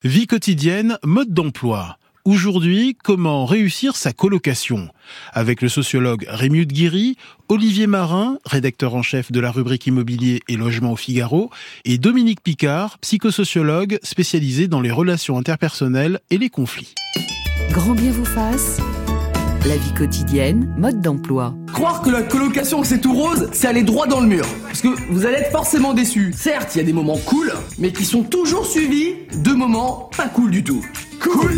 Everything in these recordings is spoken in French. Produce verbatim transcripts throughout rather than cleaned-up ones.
Vie quotidienne, mode d'emploi. Aujourd'hui, comment réussir sa colocation ? Avec le sociologue Rémi Guiri, Olivier Marin, rédacteur en chef de la rubrique immobilier et logement au Figaro, et Dominique Picard, psychosociologue spécialisé dans les relations interpersonnelles et les conflits. Grand bien vous fasse. La vie quotidienne, mode d'emploi. Croire que la colocation c'est tout rose, c'est aller droit dans le mur. Parce que vous allez être forcément déçus. Certes, il y a des moments cool, mais qui sont toujours suivis de moments pas cool du tout. Cool.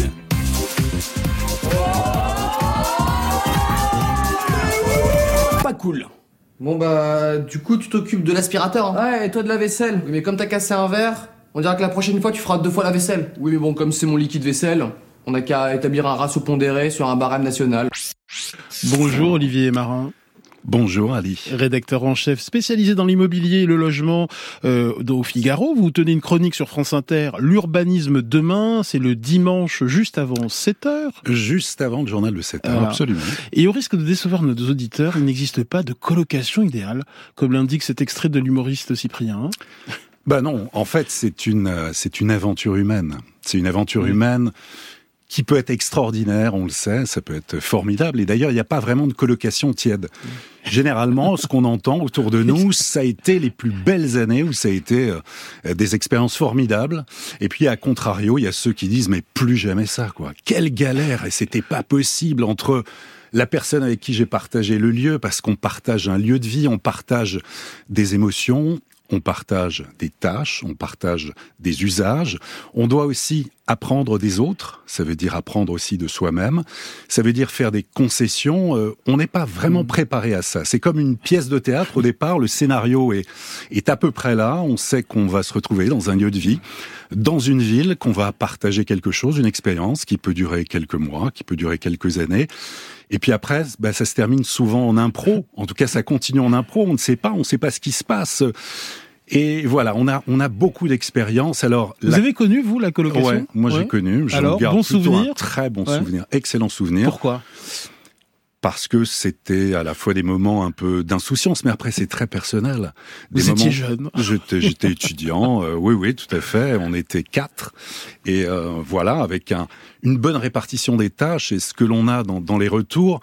Pas cool. Bon bah, du coup tu t'occupes de l'aspirateur. Hein. Ouais, et toi de la vaisselle. Oui, mais comme t'as cassé un verre, on dirait que la prochaine fois tu feras deux fois la vaisselle. Oui, mais bon, comme c'est mon liquide vaisselle, on n'a qu'à établir un ratio pondéré sur un barème national. Bonjour Olivier Marin. Bonjour Ali. Rédacteur en chef spécialisé dans l'immobilier et le logement euh, au Figaro. Vous tenez une chronique sur France Inter, l'urbanisme demain, c'est le dimanche juste avant sept heures. Juste avant le journal de sept heures, voilà. Absolument. Et au risque de décevoir nos auditeurs, il n'existe pas de colocation idéale, comme l'indique cet extrait de l'humoriste Cyprien. Bah non, en fait c'est une, c'est une aventure humaine. C'est une aventure oui. humaine qui peut être extraordinaire, on le sait, ça peut être formidable. Et d'ailleurs, il n'y a pas vraiment de colocation tiède. Généralement, ce qu'on entend autour de nous, ça a été les plus belles années, où ça a été euh, des expériences formidables. Et puis, à contrario, il y a ceux qui disent, mais plus jamais ça, quoi. Quelle galère! Et c'était pas possible entre la personne avec qui j'ai partagé le lieu, parce qu'on partage un lieu de vie, on partage des émotions, on partage des tâches, on partage des usages. On doit aussi apprendre des autres, ça veut dire apprendre aussi de soi-même. Ça veut dire faire des concessions. Euh, on n'est pas vraiment préparé à ça. C'est comme une pièce de théâtre. Au départ, le scénario est, est à peu près là. On sait qu'on va se retrouver dans un lieu de vie, dans une ville, qu'on va partager quelque chose, une expérience qui peut durer quelques mois, qui peut durer quelques années. Et puis après, bah, ça se termine souvent en impro. En tout cas, ça continue en impro. On ne sait pas, on ne sait pas ce qui se passe. Et voilà, on a on a beaucoup d'expérience. Alors, vous la... avez connu vous la colocation ? Ouais, moi ouais. j'ai connu. Je Alors, garde bon plutôt souvenir. un très bon ouais. souvenir, excellent souvenir. Pourquoi ? Parce que c'était à la fois des moments un peu d'insouciance, mais après c'est très personnel. Des Vous moments... étiez jeune. J'étais, j'étais étudiant, euh, oui, oui, tout à fait. On était quatre, et euh, voilà, avec un, une bonne répartition des tâches et ce que l'on a dans, dans les retours.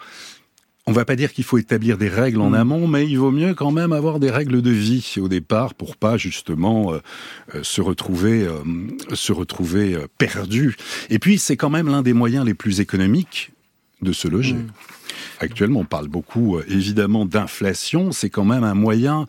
On va pas dire qu'il faut établir des règles en amont, mais il vaut mieux quand même avoir des règles de vie au départ pour pas justement euh, euh, se retrouver, euh, se retrouver euh, perdu. Et puis c'est quand même l'un des moyens les plus économiques de se loger. Mmh. Actuellement, on parle beaucoup, euh, évidemment, d'inflation. C'est quand même un moyen,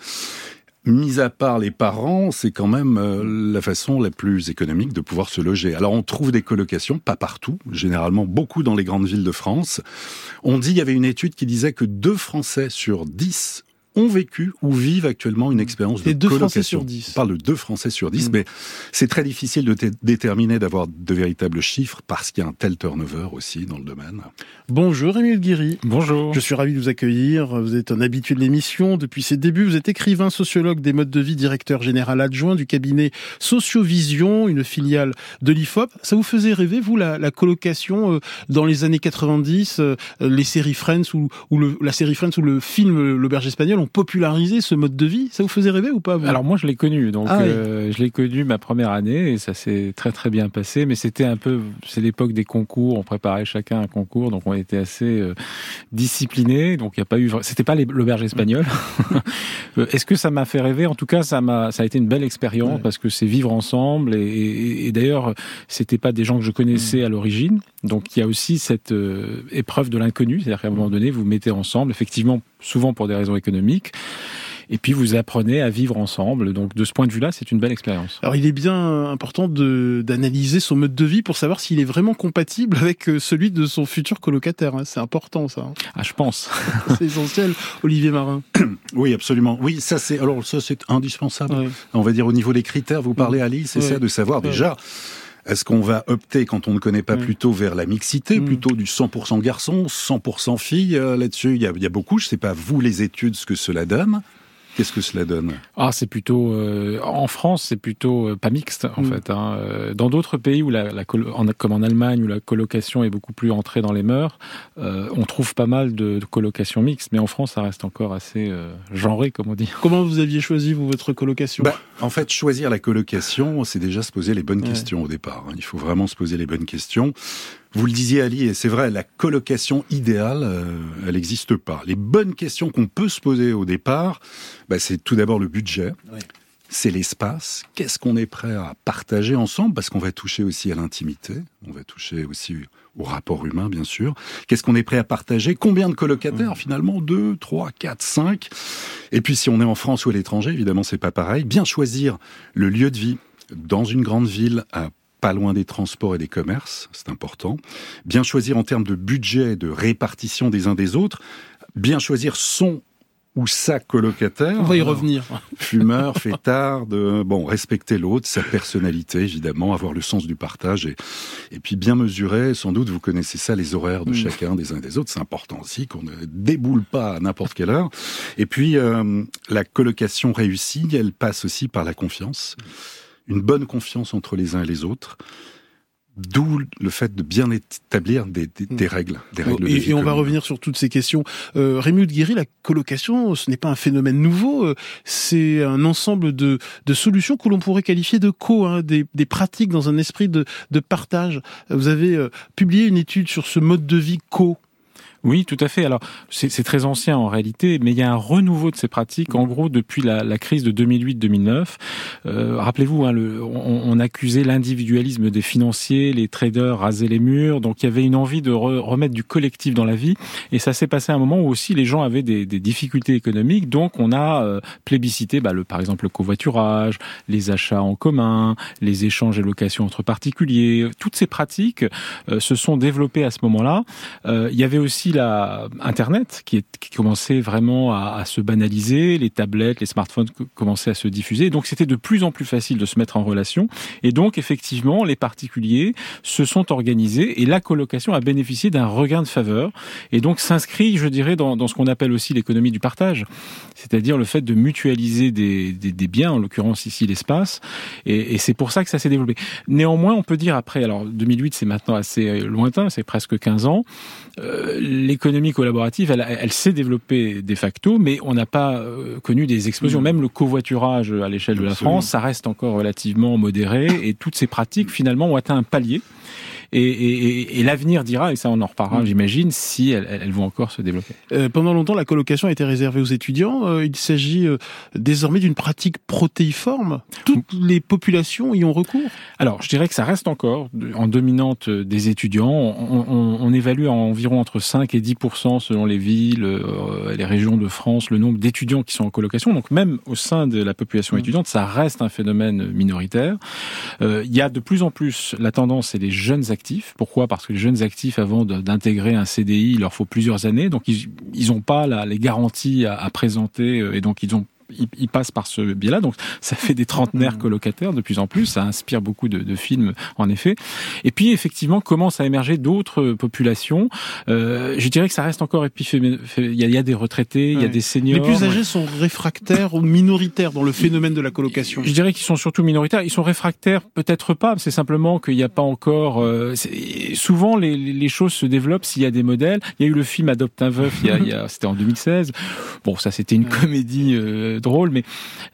mis à part les parents, c'est quand même euh, la façon la plus économique de pouvoir se loger. Alors, on trouve des colocations, pas partout, généralement beaucoup dans les grandes villes de France. On dit, il y avait une étude qui disait que deux Français sur dix ont vécu ou vivent actuellement une expérience de Et deux colocation. Français sur dix. On parle de deux Français sur dix, mmh. mais c'est très difficile de t- déterminer, d'avoir de véritables chiffres, parce qu'il y a un tel turnover aussi dans le domaine. Bonjour Rémi Guiri. Bonjour. Je suis ravi de vous accueillir. Vous êtes un habitué de l'émission depuis ses débuts. Vous êtes écrivain, sociologue des modes de vie, directeur général adjoint du cabinet Sociovision, une filiale de l'I F O P. Ça vous faisait rêver, vous, la, la colocation euh, dans les années quatre-vingt-dix, euh, les séries Friends ou, ou le, la série Friends ou le film L'Auberge espagnole ont popularisé ce mode de vie. Ça vous faisait rêver ou pas, vous ? Alors moi, je l'ai connu. Donc, ah, euh, oui. je l'ai connu ma première année et ça s'est très très bien passé. Mais c'était un peu, c'est l'époque des concours. On préparait chacun un concours, donc on était assez euh, disciplinés. Donc il y a pas eu, c'était pas les, l'Auberge espagnole. Est-ce que ça m'a fait rêver ? En tout cas, ça m'a, ça a été une belle expérience ouais. parce que c'est vivre ensemble. Et, et, et d'ailleurs, c'était pas des gens que je connaissais à l'origine. Donc il y a aussi cette euh, épreuve de l'inconnu, c'est-à-dire qu'à un moment donné, vous mettez ensemble, effectivement, souvent pour des raisons économiques, et puis vous apprenez à vivre ensemble. Donc de ce point de vue-là, c'est une belle expérience. Alors il est bien important de, d'analyser son mode de vie pour savoir s'il est vraiment compatible avec celui de son futur colocataire. C'est important, ça. Ah, je pense. C'est essentiel, Olivier Marin. Oui, absolument. Oui, ça c'est, alors ça c'est indispensable. Oui. On va dire au niveau des critères, vous parlez Ali, c'est oui. ça, de savoir oui. déjà. Est-ce qu'on va opter, quand on ne connaît pas, mmh. plutôt vers la mixité, mmh. plutôt du cent pour cent garçon, cent pour cent filles euh, là-dessus? Il y a, il y a beaucoup, je ne sais pas, vous, les études, ce que cela donne. Qu'est-ce que cela donne ? Ah, c'est plutôt euh, en France, c'est plutôt euh, pas mixte en mmh. fait. Hein. Dans d'autres pays où la, la en, comme en Allemagne où la colocation est beaucoup plus entrée dans les mœurs, euh, on trouve pas mal de, de colocations mixtes, mais en France, ça reste encore assez euh, genré, comme on dit. Comment vous aviez choisi vous votre colocation ? Bah, en fait, choisir la colocation, c'est déjà se poser les bonnes ouais. questions au départ. Hein. Il faut vraiment se poser les bonnes questions. Vous le disiez, Ali, et c'est vrai, la colocation idéale, euh, elle n'existe pas. Les bonnes questions qu'on peut se poser au départ, bah, c'est tout d'abord le budget, oui. c'est l'espace. Qu'est-ce qu'on est prêt à partager ensemble ? Parce qu'on va toucher aussi à l'intimité, on va toucher aussi au rapport humain, bien sûr. Qu'est-ce qu'on est prêt à partager ? Combien de colocataires, oui. finalement ? Deux, trois, quatre, cinq. Et puis, si on est en France ou à l'étranger, évidemment, c'est pas pareil. Bien choisir le lieu de vie dans une grande ville à pas loin des transports et des commerces, c'est important. Bien choisir en termes de budget, de répartition des uns des autres. Bien choisir son ou sa colocataire. On va y revenir. Fumeur, fêtard, de, bon, respecter l'autre, sa personnalité, évidemment, avoir le sens du partage et, et puis bien mesurer, sans doute, vous connaissez ça, les horaires de mmh. chacun, des uns et des autres. C'est important aussi qu'on ne déboule pas à n'importe quelle heure. Et puis, euh, la colocation réussie, elle passe aussi par la confiance. Une bonne confiance entre les uns et les autres, d'où le fait de bien établir des, des, des règles. Des règles et, de vie et on commune. va revenir sur toutes ces questions. Euh, Rémi Oudguiri, la colocation, ce n'est pas un phénomène nouveau, c'est un ensemble de, de solutions que l'on pourrait qualifier de co, hein, des, des pratiques dans un esprit de, de partage. Vous avez euh, publié une étude sur ce mode de vie co. Oui, tout à fait. Alors, c'est, c'est très ancien en réalité, mais il y a un renouveau de ces pratiques, en gros, depuis la, la crise de deux mille huit deux mille neuf. Euh, rappelez-vous, hein, le, on, on accusait l'individualisme des financiers, les traders rasaient les murs, donc il y avait une envie de re, remettre du collectif dans la vie, et ça s'est passé à un moment où aussi les gens avaient des, des difficultés économiques, donc on a euh, plébiscité, bah, le, par exemple, le covoiturage, les achats en commun, les échanges et locations entre particuliers. Toutes ces pratiques euh, se sont développées à ce moment-là. Euh, il y avait aussi la Internet qui, est, qui commençait vraiment à, à se banaliser, les tablettes, les smartphones commençaient à se diffuser, donc c'était de plus en plus facile de se mettre en relation, et donc effectivement les particuliers se sont organisés et la colocation a bénéficié d'un regain de faveur, et donc s'inscrit, je dirais, dans, dans ce qu'on appelle aussi l'économie du partage, c'est-à-dire le fait de mutualiser des, des, des biens, en l'occurrence ici l'espace, et, et c'est pour ça que ça s'est développé. Néanmoins, on peut dire après, alors deux mille huit c'est maintenant assez lointain, c'est presque quinze ans, euh, l'économie collaborative, elle, elle s'est développée de facto, mais on n'a pas euh, connu des explosions. Mmh. Même le covoiturage à l'échelle de la Absolument. France, ça reste encore relativement modéré, et toutes ces pratiques, finalement, ont atteint un palier. Et, et, et l'avenir dira, et ça on en reparlera, mmh. j'imagine, si elles, elles vont encore se développer. Euh, pendant longtemps, la colocation a été réservée aux étudiants. Euh, il s'agit euh, désormais d'une pratique protéiforme. Toutes les populations y ont recours. Alors, je dirais que ça reste encore en dominante des étudiants. On, on, on évalue à environ entre cinq et dix pour cent selon les villes, euh, les régions de France, le nombre d'étudiants qui sont en colocation. Donc même au sein de la population mmh. étudiante, ça reste un phénomène minoritaire. Euh, il y a de plus en plus, la tendance, c'est les jeunes actifs. Pourquoi ? Parce que les jeunes actifs, avant d'intégrer un C D I, il leur faut plusieurs années, donc ils n'ont pas la, les garanties à, à présenter, et donc ils ont ils passent par ce biais-là, donc ça fait des trentenaires colocataires de plus en plus, ça inspire beaucoup de, de films en effet. Et puis effectivement commencent à émerger d'autres populations. Euh, je dirais que ça reste encore épiphénomène. Il y a, il y a des retraités, ouais. il y a des seniors. Les plus âgés sont réfractaires ou minoritaires dans le phénomène de la colocation. Je dirais qu'ils sont surtout minoritaires. Ils sont réfractaires, peut-être pas. C'est simplement qu'il n'y a pas encore. Euh, souvent les, les choses se développent s'il y a des modèles. Il y a eu le film Adopte un veuf. Il y a, il y a, c'était en deux mille seize. Bon, ça c'était une comédie. Euh, drôle, mais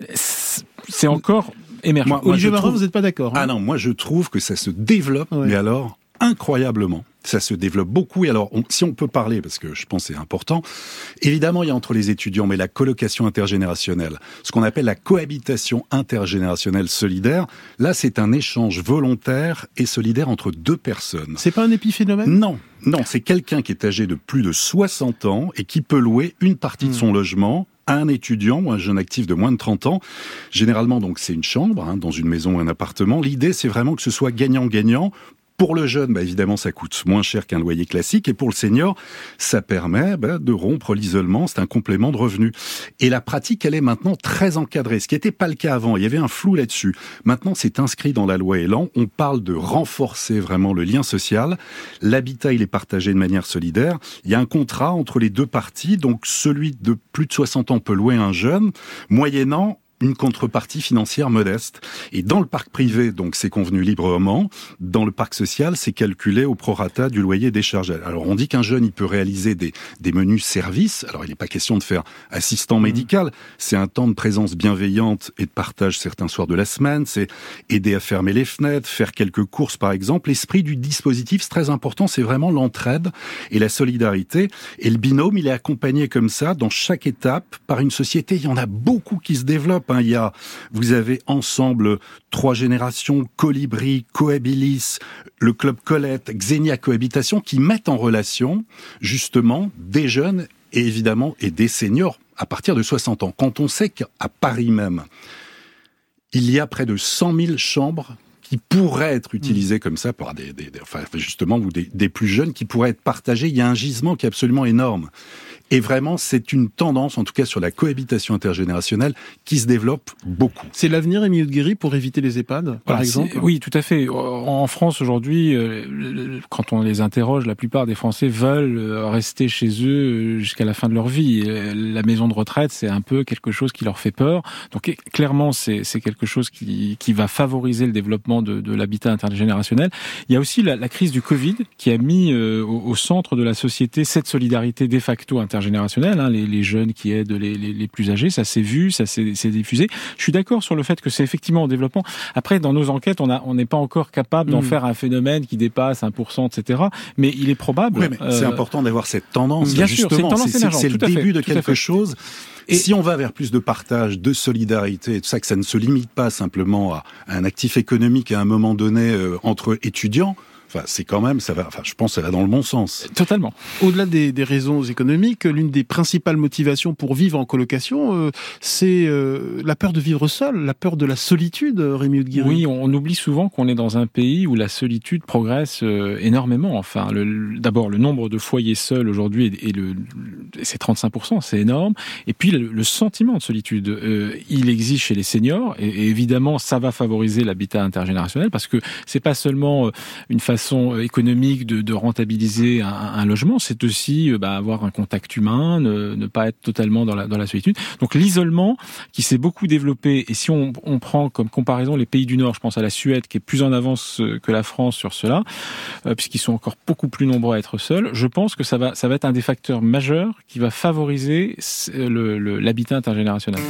c'est encore émergent. Moi, Olivier Marin, trouve... vous n'êtes pas d'accord hein? Ah non, moi je trouve que ça se développe, ouais. mais alors incroyablement. Ça se développe beaucoup. Et alors, on, si on peut parler, parce que je pense que c'est important, évidemment, il y a entre les étudiants, mais la colocation intergénérationnelle, ce qu'on appelle la cohabitation intergénérationnelle solidaire, là, c'est un échange volontaire et solidaire entre deux personnes. C'est pas un épiphénomène ? Non, non, c'est quelqu'un qui est âgé de plus de soixante ans et qui peut louer une partie mmh. de son logement à un étudiant ou un jeune actif de moins de trente ans. Généralement, donc, c'est une chambre, hein, dans une maison ou un appartement. L'idée, c'est vraiment que ce soit gagnant-gagnant Pour le jeune, bah, évidemment, ça coûte moins cher qu'un loyer classique. Et pour le senior, ça permet bah, de rompre l'isolement. C'est un complément de revenu. Et la pratique, elle est maintenant très encadrée. Ce qui n'était pas le cas avant. Il y avait un flou là-dessus. Maintenant, c'est inscrit dans la loi Elan. On parle de renforcer vraiment le lien social. L'habitat, il est partagé de manière solidaire. Il y a un contrat entre les deux parties. Donc, celui de plus de soixante ans peut louer un jeune, moyennant une contrepartie financière modeste. Et dans le parc privé, donc c'est convenu librement. Dans le parc social, c'est calculé au prorata du loyer déchargé. Alors on dit qu'un jeune, il peut réaliser des, des menus services. Alors il n'est pas question de faire assistant médical. C'est un temps de présence bienveillante et de partage certains soirs de la semaine. C'est aider à fermer les fenêtres, faire quelques courses par exemple. L'esprit du dispositif, c'est très important, c'est vraiment l'entraide et la solidarité. Et le binôme, il est accompagné comme ça dans chaque étape par une société. Il y en a beaucoup qui se développent. Il y a, vous avez ensemble trois générations, Colibri, Cohabilis, le Club Colette, Xenia Cohabitation, qui mettent en relation justement des jeunes et évidemment et des seniors à partir de soixante ans. Quand on sait qu'à Paris même, il y a près de cent mille chambres qui pourraient être utilisées comme ça par des, des, des enfin justement ou des, des plus jeunes qui pourraient être partagées. Il y a un gisement qui est absolument énorme. Et vraiment, c'est une tendance, en tout cas sur la cohabitation intergénérationnelle, qui se développe beaucoup. C'est l'avenir, Émile Guéry, pour éviter les EHPAD, par voilà, exemple ? Oui, tout à fait. En France, aujourd'hui, euh, quand on les interroge, la plupart des Français veulent rester chez eux jusqu'à la fin de leur vie. La maison de retraite, c'est un peu quelque chose qui leur fait peur. Donc, clairement, c'est, c'est quelque chose qui, qui va favoriser le développement de, de l'habitat intergénérationnel. Il y a aussi la, la crise du Covid qui a mis euh, au, au centre de la société cette solidarité de facto intergénérationnelle. Générationnel, hein, les, les jeunes qui aident les, les, les plus âgés, ça s'est vu, ça s'est, s'est diffusé. Je suis d'accord sur le fait que c'est effectivement en développement. Après, dans nos enquêtes, on a, on n'est pas encore capable d'en mmh. faire un phénomène qui dépasse un pour cent, et cetera. Mais il est probable. Oui, mais euh... c'est important d'avoir cette tendance. Bien justement. sûr, c'est, une tendance c'est, c'est, c'est le début de quelque chose. Et si on va vers plus de partage, de solidarité, et tout ça, que ça ne se limite pas simplement à un actif économique à un moment donné euh, entre étudiants. Enfin, c'est quand même, ça va. Enfin, je pense, que ça va dans le bon sens. Totalement. Au-delà des, des raisons économiques, l'une des principales motivations pour vivre en colocation, euh, c'est euh, la peur de vivre seul, la peur de la solitude. Rémi Oudguiri. Oui, on, on oublie souvent qu'on est dans un pays où la solitude progresse euh, énormément. Enfin, le, d'abord, le nombre de foyers seuls aujourd'hui est, est le, c'est trente-cinq pour cent, c'est énorme. Et puis le, le sentiment de solitude, euh, il existe chez les seniors. Et, et évidemment, ça va favoriser l'habitat intergénérationnel parce que c'est pas seulement une façon façon économique de, de rentabiliser un, un logement, c'est aussi bah, avoir un contact humain, ne, ne pas être totalement dans la, dans la solitude. Donc l'isolement qui s'est beaucoup développé, et si on, on prend comme comparaison les pays du Nord, je pense à la Suède qui est plus en avance que la France sur cela, euh, puisqu'ils sont encore beaucoup plus nombreux à être seuls, je pense que ça va, ça va être un des facteurs majeurs qui va favoriser le, le, l'habitat intergénérationnel.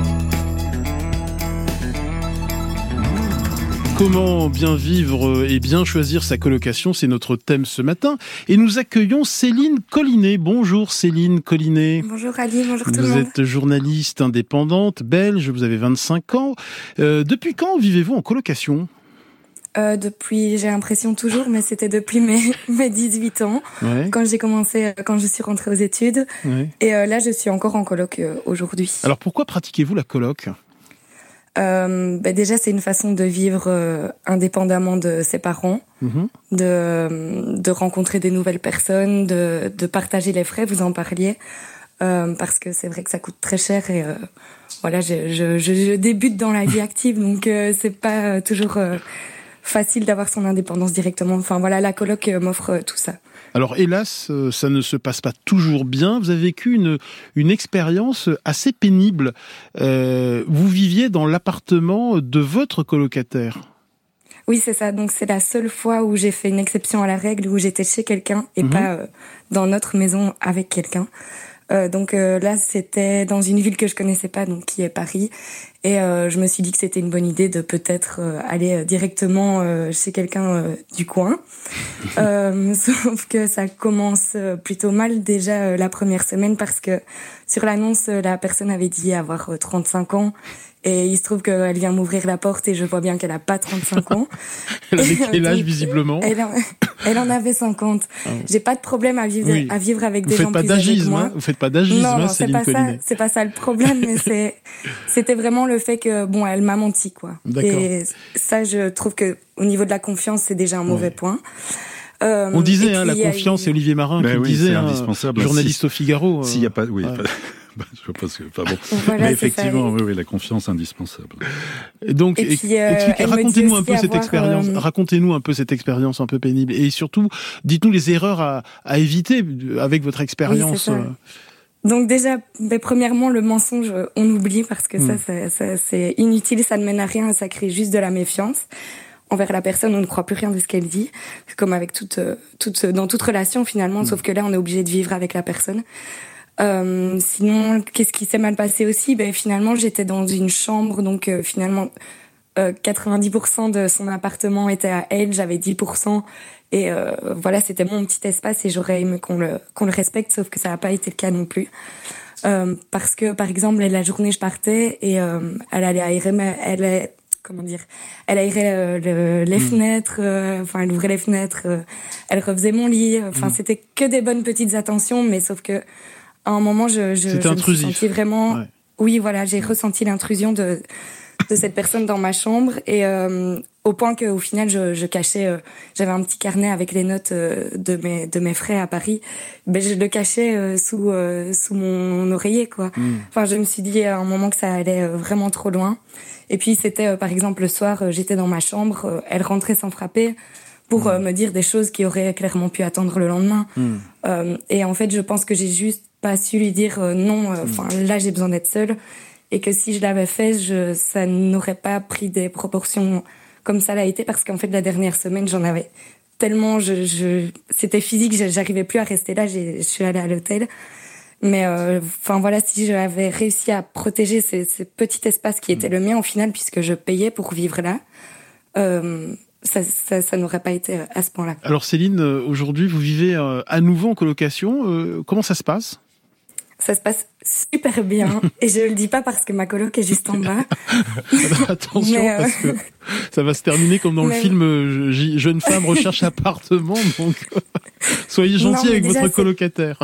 Comment bien vivre et bien choisir sa colocation, c'est notre thème ce matin. Et nous accueillons Céline Collinet. Bonjour Céline Collinet. Bonjour Ali, bonjour tout le monde. Vous êtes journaliste indépendante, belge, vous avez vingt-cinq ans. Euh, depuis quand vivez-vous en colocation ? Euh, depuis, j'ai l'impression toujours, mais c'était depuis mes, mes dix-huit ans, ouais. quand j'ai commencé, quand je suis rentrée aux études. Ouais. Et euh, là, je suis encore en coloc euh, aujourd'hui. Alors pourquoi pratiquez-vous la coloc ? Euh, bah déjà, c'est une façon de vivre euh, indépendamment de ses parents, mmh. de, de rencontrer des nouvelles personnes, de, de partager les frais, vous en parliez, euh, parce que c'est vrai que ça coûte très cher et euh, voilà, je, je, je, je débute dans la vie active, donc euh, c'est pas toujours euh, facile d'avoir son indépendance directement. Enfin voilà, la coloc euh, m'offre euh, tout ça. Alors hélas, ça ne se passe pas toujours bien. Vous avez vécu une, une expérience assez pénible. Euh, vous viviez dans l'appartement de votre colocataire. Oui, c'est ça. Donc c'est la seule fois où j'ai fait une exception à la règle, où j'étais chez quelqu'un et mmh. pas euh, dans notre maison avec quelqu'un. Euh, donc euh, là, c'était dans une ville que je connaissais pas, donc qui est Paris. Et euh, je me suis dit que c'était une bonne idée de peut-être euh, aller directement euh, chez quelqu'un euh, du coin. euh, sauf que ça commence plutôt mal déjà euh, la première semaine parce que sur l'annonce, la personne avait dit avoir euh, trente-cinq ans. Et il se trouve qu'elle vient m'ouvrir la porte et je vois bien qu'elle a pas trente-cinq ans. Elle avait quel âge, visiblement? Elle en, elle en avait cinquante. Oh. J'ai pas de problème à vivre, oui. à vivre avec des gens plus âgés que moi. Hein, vous faites pas d'agisme, non, non, hein, c'est pas ça, c'est pas ça le problème, mais c'est, c'était vraiment le fait que, bon, elle m'a menti, quoi. D'accord. Et ça, je trouve que au niveau de la confiance, c'est déjà un mauvais ouais. point. Euh, On disait, hein, la confiance, c'est une... Olivier Marin ben qui oui, disait, hein, journaliste si, au Figaro. S'il n'y a pas, oui, ouais. pas... Je pense que, enfin bon. Voilà, mais effectivement, oui, oui, la confiance indispensable. Et donc, et puis, euh, racontez-nous un peu cette expérience. Euh... Racontez-nous un peu cette expérience un peu pénible. Et surtout, dites-nous les erreurs à, à éviter avec votre expérience. Oui, donc déjà, ben, premièrement, le mensonge, on oublie parce que mmh. ça, ça, ça, c'est inutile, ça ne mène à rien, ça crée juste de la méfiance envers la personne. On ne croit plus rien de ce qu'elle dit, comme avec toute, toute, dans toute relation finalement. Mmh. Sauf que là, on est obligé de vivre avec la personne. Euh, sinon, qu'est-ce qui s'est mal passé aussi? Ben finalement, j'étais dans une chambre, donc euh, finalement, euh, quatre-vingt-dix pour cent de son appartement était à elle, j'avais dix pour cent, et euh, voilà, c'était mon petit espace et j'aurais aimé qu'on le qu'on le respecte, sauf que ça n'a pas été le cas non plus. Euh, parce que par exemple, la journée, je partais et euh, elle allait aérer, mais elle est comment dire, elle aérait euh, le, les mmh. fenêtres, enfin euh, elle ouvrait les fenêtres, euh, elle refaisait mon lit, enfin mmh. c'était que des bonnes petites attentions, mais sauf que à un moment, je, je, je me suis sentie vraiment... Ouais. Oui, voilà, j'ai ressenti l'intrusion de, de cette personne dans ma chambre. Et euh, au point qu'au final, je, je cachais... Euh, j'avais un petit carnet avec les notes euh, de, mes, de mes frais à Paris. Ben, je le cachais euh, sous, euh, sous mon oreiller, quoi. Mm. Enfin, je me suis dit à un moment que ça allait euh, vraiment trop loin. Et puis, c'était, euh, par exemple, le soir, euh, j'étais dans ma chambre. Euh, elle rentrait sans frapper pour euh, me dire des choses qui auraient clairement pu attendre le lendemain. Mm. Euh, et en fait, je pense que j'ai juste pas su lui dire euh, non, enfin euh, là j'ai besoin d'être seule, et que si je l'avais fait, je, ça n'aurait pas pris des proportions comme ça l'a été, parce qu'en fait la dernière semaine j'en avais tellement, je, je, c'était physique, j'arrivais plus à rester là, j'ai, je suis allée à l'hôtel. Mais enfin euh, voilà, si j'avais réussi à protéger ce, ce petit espace qui était le mien au final, puisque je payais pour vivre là, euh, ça, ça, ça n'aurait pas été à ce point-là. Alors Céline, aujourd'hui vous vivez euh, à nouveau en colocation, euh, comment ça se passe ? Ça se passe super bien, et je le dis pas parce que ma coloc est juste en bas. Attention, mais euh... parce que ça va se terminer comme dans mais... le film euh, Jeune femme recherche appartement, donc soyez gentils avec déjà, votre colocataire.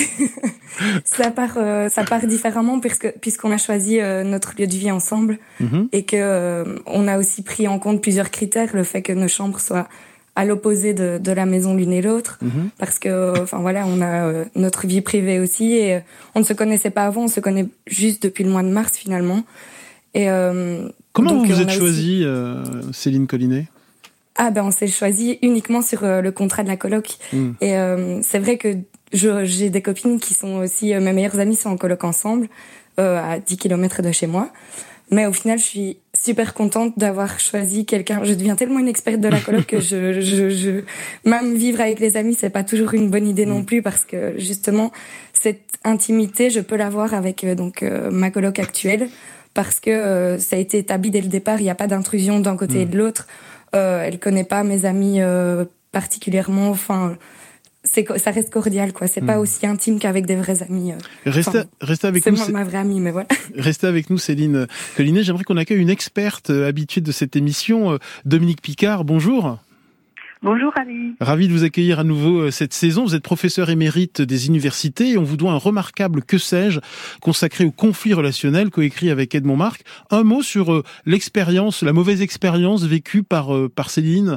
ça part, euh, ça part différemment puisque puisqu'on a choisi euh, notre lieu de vie ensemble, mm-hmm. et que euh, on a aussi pris en compte plusieurs critères, le fait que nos chambres soient à l'opposé de, de la maison l'une et l'autre, mmh. parce que, enfin voilà, on a euh, notre vie privée aussi, et euh, on ne se connaissait pas avant, on se connaît juste depuis le mois de mars finalement. Et euh, comment donc, vous vous êtes choisie, aussi... euh, Céline Collinet ? Ah ben on s'est choisi uniquement sur euh, le contrat de la coloc, mmh. et euh, c'est vrai que je, j'ai des copines qui sont aussi, euh, mes meilleures amies sont en coloc ensemble, euh, à dix kilomètres de chez moi. Mais au final, je suis super contente d'avoir choisi quelqu'un. Je deviens tellement une experte de la coloc que je, je, je, même vivre avec les amis, c'est pas toujours une bonne idée non plus, parce que justement, cette intimité, je peux l'avoir avec donc euh, ma coloc actuelle, parce que euh, ça a été établi dès le départ. Il n'y a pas d'intrusion d'un côté mmh. et de l'autre. Euh, elle connaît pas mes amis euh, particulièrement. Enfin. C'est, ça reste cordial, quoi. C'est mmh. pas aussi intime qu'avec des vrais amis. Restez, enfin, restez avec c'est nous. C'est moi ma vraie amie, mais voilà. Restez avec nous, Céline Collinet. J'aimerais qu'on accueille une experte habituée de cette émission, Dominique Picard. Bonjour. Bonjour, Ali. Ravi de vous accueillir à nouveau cette saison. Vous êtes professeur émérite des universités et on vous doit un remarquable Que sais-je consacré au conflit relationnel, coécrit avec Edmond Marc. Un mot sur l'expérience, la mauvaise expérience vécue par, par Céline.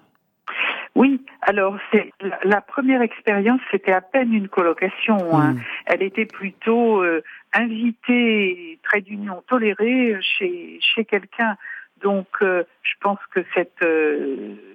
Oui, alors c'est la, la première expérience, c'était à peine une colocation. Hein. Mmh. Elle était plutôt euh, invitée, trait d'union tolérée chez chez quelqu'un. Donc, euh, je pense que cette euh,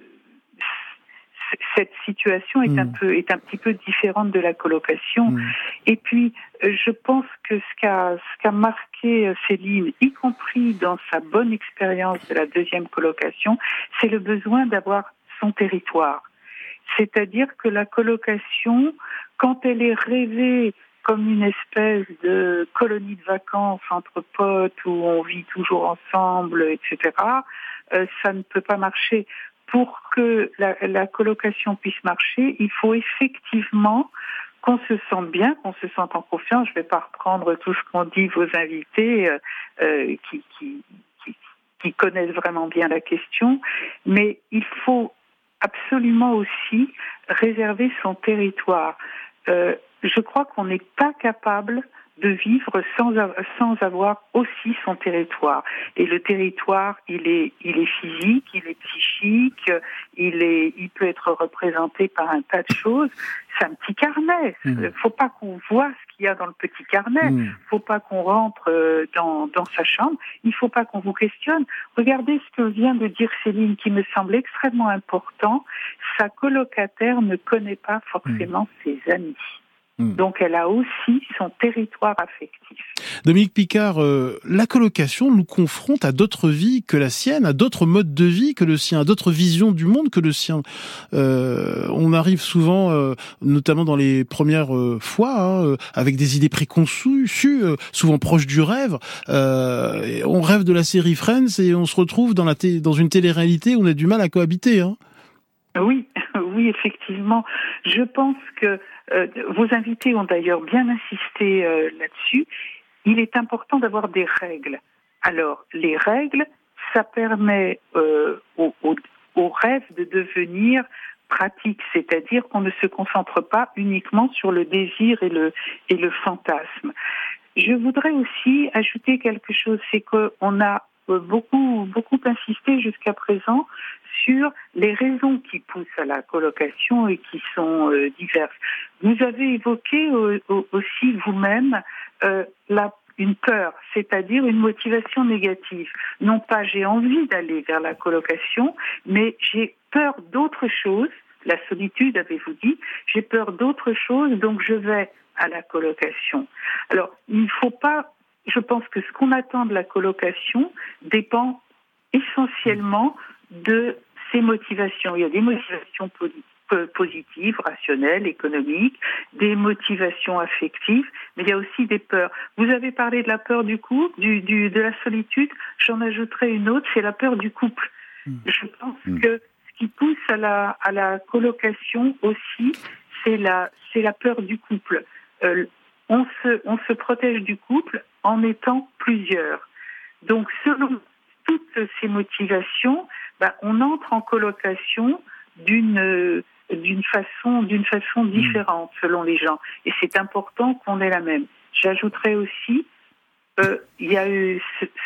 cette situation est mmh. un peu est un petit peu différente de la colocation. Mmh. Et puis, je pense que ce qu'a ce qu'a marqué Céline, y compris dans sa bonne expérience de la deuxième colocation, c'est le besoin d'avoir son territoire. C'est-à-dire que la colocation, quand elle est rêvée comme une espèce de colonie de vacances entre potes où on vit toujours ensemble, et cetera, euh, ça ne peut pas marcher. Pour que la, la colocation puisse marcher, il faut effectivement qu'on se sente bien, qu'on se sente en confiance. Je ne vais pas reprendre tout ce qu'ont dit vos invités euh, euh, qui, qui, qui, qui connaissent vraiment bien la question, mais il faut absolument aussi réserver son territoire. Euh, je crois qu'on n'est pas capable de vivre sans sans avoir aussi son territoire. Et le territoire, il est il est physique, il est psychique, il est il peut être représenté par un tas de choses. C'est un petit carnet. Mmh. Faut pas qu'on voit ce qu'il y a dans le petit carnet. Mmh. Faut pas qu'on rentre dans dans sa chambre. Il faut pas qu'on vous questionne. Regardez ce que vient de dire Céline, qui me semble extrêmement important. Sa colocataire ne connaît pas forcément mmh. ses amis. Donc, elle a aussi son territoire affectif. Dominique Picard, euh, la colocation nous confronte à d'autres vies que la sienne, à d'autres modes de vie que le sien, à d'autres visions du monde que le sien. Euh, on arrive souvent, euh, notamment dans les premières euh, fois, hein, avec des idées préconçues, euh, souvent proches du rêve. Euh, on rêve de la série Friends et on se retrouve dans, la té- dans une télé-réalité où on a du mal à cohabiter. Hein. Oui, oui, effectivement. Je pense que euh, vos invités ont d'ailleurs bien insisté euh, là-dessus. Il est important d'avoir des règles. Alors, les règles, ça permet euh, au, au, au rêve de devenir pratique, c'est-à-dire qu'on ne se concentre pas uniquement sur le désir et le, et le fantasme. Je voudrais aussi ajouter quelque chose, c'est qu'on a beaucoup, beaucoup insisté jusqu'à présent sur les raisons qui poussent à la colocation et qui sont euh, diverses. Vous avez évoqué euh, aussi vous-même euh, la, une peur, c'est-à-dire une motivation négative. Non pas j'ai envie d'aller vers la colocation, mais j'ai peur d'autre chose. La solitude, avez-vous dit, j'ai peur d'autre chose, donc je vais à la colocation. Alors, il ne faut pas, je pense que ce qu'on attend de la colocation dépend essentiellement de ses motivations. Il y a des motivations positives, rationnelles, économiques, des motivations affectives, mais il y a aussi des peurs. Vous avez parlé de la peur du couple, du, du, de la solitude, j'en ajouterai une autre, c'est la peur du couple. Mmh. Je pense mmh. que ce qui pousse à la, à la colocation aussi, c'est la, c'est la peur du couple. Euh, on se, on se protège du couple en étant plusieurs. Donc, selon toutes ces motivations, ben, on entre en colocation d'une, d'une façon, d'une façon différente selon les gens. Et c'est important qu'on ait la même. J'ajouterais aussi, euh, il y a eu,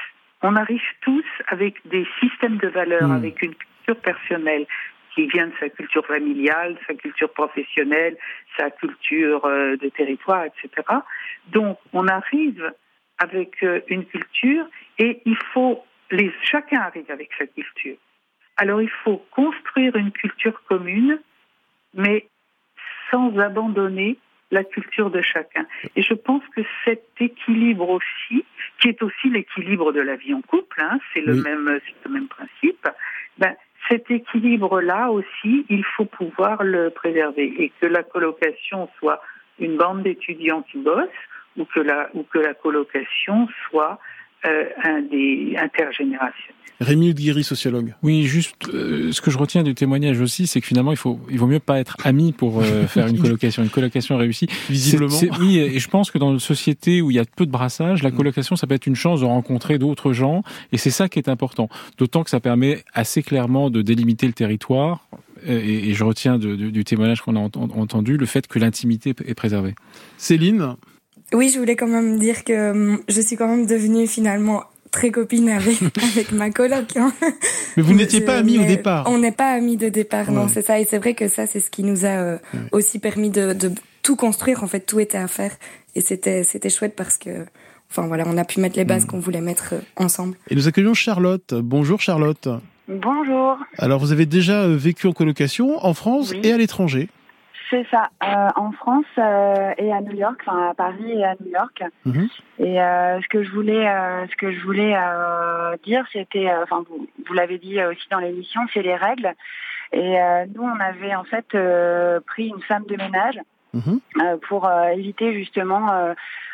on arrive tous avec des systèmes de valeurs, mmh. avec une culture personnelle qui vient de sa culture familiale, sa culture professionnelle, sa culture euh, de territoire, et cetera. Donc, on arrive avec euh, une culture et il faut, les, chacun arrive avec sa culture. Alors, il faut construire une culture commune, mais sans abandonner la culture de chacun. Et je pense que cet équilibre aussi, qui est aussi l'équilibre de la vie en couple, hein, c'est le oui. même, c'est le même principe, ben, cet équilibre-là aussi, il faut pouvoir le préserver et que la colocation soit une bande d'étudiants qui bossent ou que la, ou que la colocation soit euh, un des intergénérationnels. Rémi Guéry, sociologue. Oui, juste euh, ce que je retiens du témoignage aussi, c'est que finalement, il faut, il vaut mieux pas être ami pour euh, faire une colocation. Une colocation réussie, visiblement. C'est, c'est, oui, et je pense que dans une société où il y a peu de brassage, la colocation, ça peut être une chance de rencontrer d'autres gens, et c'est ça qui est important. D'autant que ça permet assez clairement de délimiter le territoire. Et, et je retiens de, de, du témoignage qu'on a ent- entendu le fait que l'intimité est préservée. Céline. Oui, je voulais quand même dire que je suis quand même devenue finalement très copine avec avec ma coloc. Hein. Mais vous n'étiez je, pas amis au départ. On n'est pas amis de départ, ouais. non, c'est ça. Et c'est vrai que ça, c'est ce qui nous a euh, ouais. aussi permis de, de tout construire. En fait, tout était à faire, et c'était c'était chouette parce que, enfin voilà, on a pu mettre les bases mmh. qu'on voulait mettre euh, ensemble. Et nous accueillons Charlotte. Bonjour Charlotte. Bonjour. Alors vous avez déjà vécu en colocation en France oui. et à l'étranger. C'est ça, euh, en France euh, et à New York, enfin à Paris et à New York. Mmh. Et euh, ce que je voulais, euh, ce que je voulais euh, dire, c'était, enfin euh, vous, vous l'avez dit aussi dans l'émission, c'est les règles. Et euh, nous, on avait en fait euh, pris une femme de ménage mmh. euh, pour euh, éviter justement euh,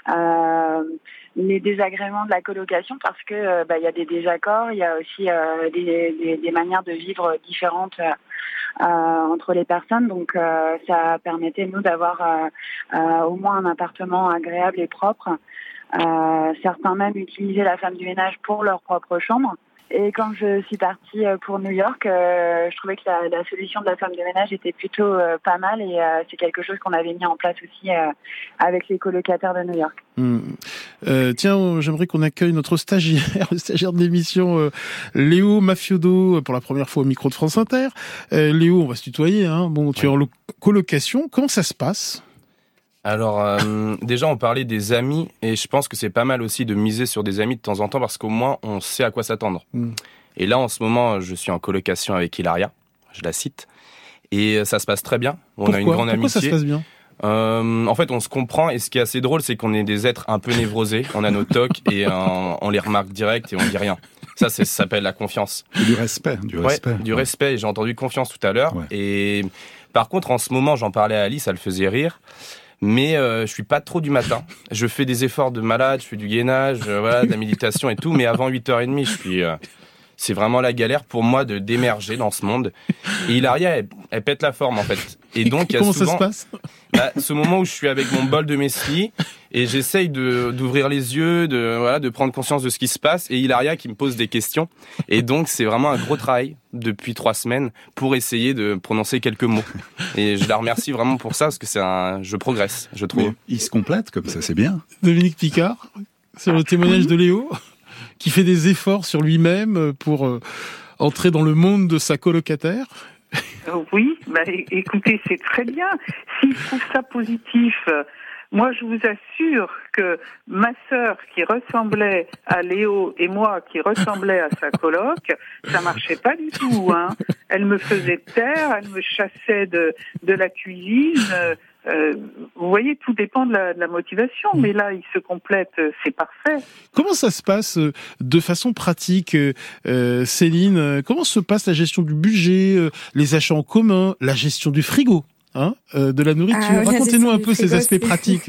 euh, les désagréments de la colocation, parce que euh, bah, y a des désaccords, il y a aussi euh, des, des, des manières de vivre différentes. Euh, Euh, entre les personnes, donc euh, ça permettait nous d'avoir euh, euh, au moins un appartement agréable et propre. Euh, certains même utilisaient la femme du ménage pour leur propre chambre, Et quand je suis partie pour New York, euh, je trouvais que la, la solution de la femme de ménage était plutôt euh, pas mal et euh, c'est quelque chose qu'on avait mis en place aussi euh, avec les colocataires de New York. Mmh. Euh, tiens, j'aimerais qu'on accueille notre stagiaire, le stagiaire de l'émission, euh, Léo Mafiodo, pour la première fois au micro de France Inter. Euh, Léo, on va se tutoyer, hein. Bon, tu es en lo- colocation. Comment ça se passe ? Alors, euh, déjà, on parlait des amis, et je pense que c'est pas mal aussi de miser sur des amis de temps en temps, parce qu'au moins, on sait à quoi s'attendre. Mm. Et là, en ce moment, je suis en colocation avec Hilaria, je la cite, et ça se passe très bien. On Pourquoi a une grande Pourquoi amitié. ça se passe bien ? Euh, en fait, on se comprend, et ce qui est assez drôle, c'est qu'on est des êtres un peu névrosés, on a nos tocs, et euh, on les remarque direct, et on dit rien. Ça, c'est, ça s'appelle la confiance. Et du respect, du respect. Ouais, du ouais. respect, et j'ai entendu confiance tout à l'heure, ouais. Et par contre, en ce moment, j'en parlais à Alice, ça le faisait rire. Mais euh, je suis pas trop du matin. Je fais des efforts de malade, je fais du gainage, euh, voilà, de la méditation et tout. Mais avant huit heures trente, je suis. Euh, c'est vraiment la galère pour moi de d'émerger dans ce monde. Et Hilaria, elle, elle pète la forme en fait. Et donc, il y a Comment souvent, ça se passe bah, ce moment où je suis avec mon bol de messie et j'essaye de d'ouvrir les yeux, de voilà, de prendre conscience de ce qui se passe. Et Hilaria qui me pose des questions. Et donc, c'est vraiment un gros travail depuis trois semaines pour essayer de prononcer quelques mots. Et je la remercie vraiment pour ça parce que c'est un, je progresse, je trouve. Mais il se complète comme ça, c'est bien. Dominique Picard, sur le témoignage de Léo, qui fait des efforts sur lui-même pour euh, entrer dans le monde de sa colocataire. Oui, bah, écoutez, c'est très bien. S'il trouve ça positif, euh, moi je vous assure que ma sœur qui ressemblait à Léo et moi qui ressemblait à sa coloc, ça marchait pas du tout. Hein. Elle me faisait taire, elle me chassait de, de la cuisine. Euh, Euh, vous voyez, tout dépend de la, de la motivation, mais là, il se complète, c'est parfait. Comment ça se passe euh, de façon pratique, euh, Céline ? Comment se passe la gestion du budget, euh, les achats en commun, la gestion du frigo, hein, euh, de la nourriture ? Ah, Racontez-nous un peu frigo, ces aspects c'est... pratiques.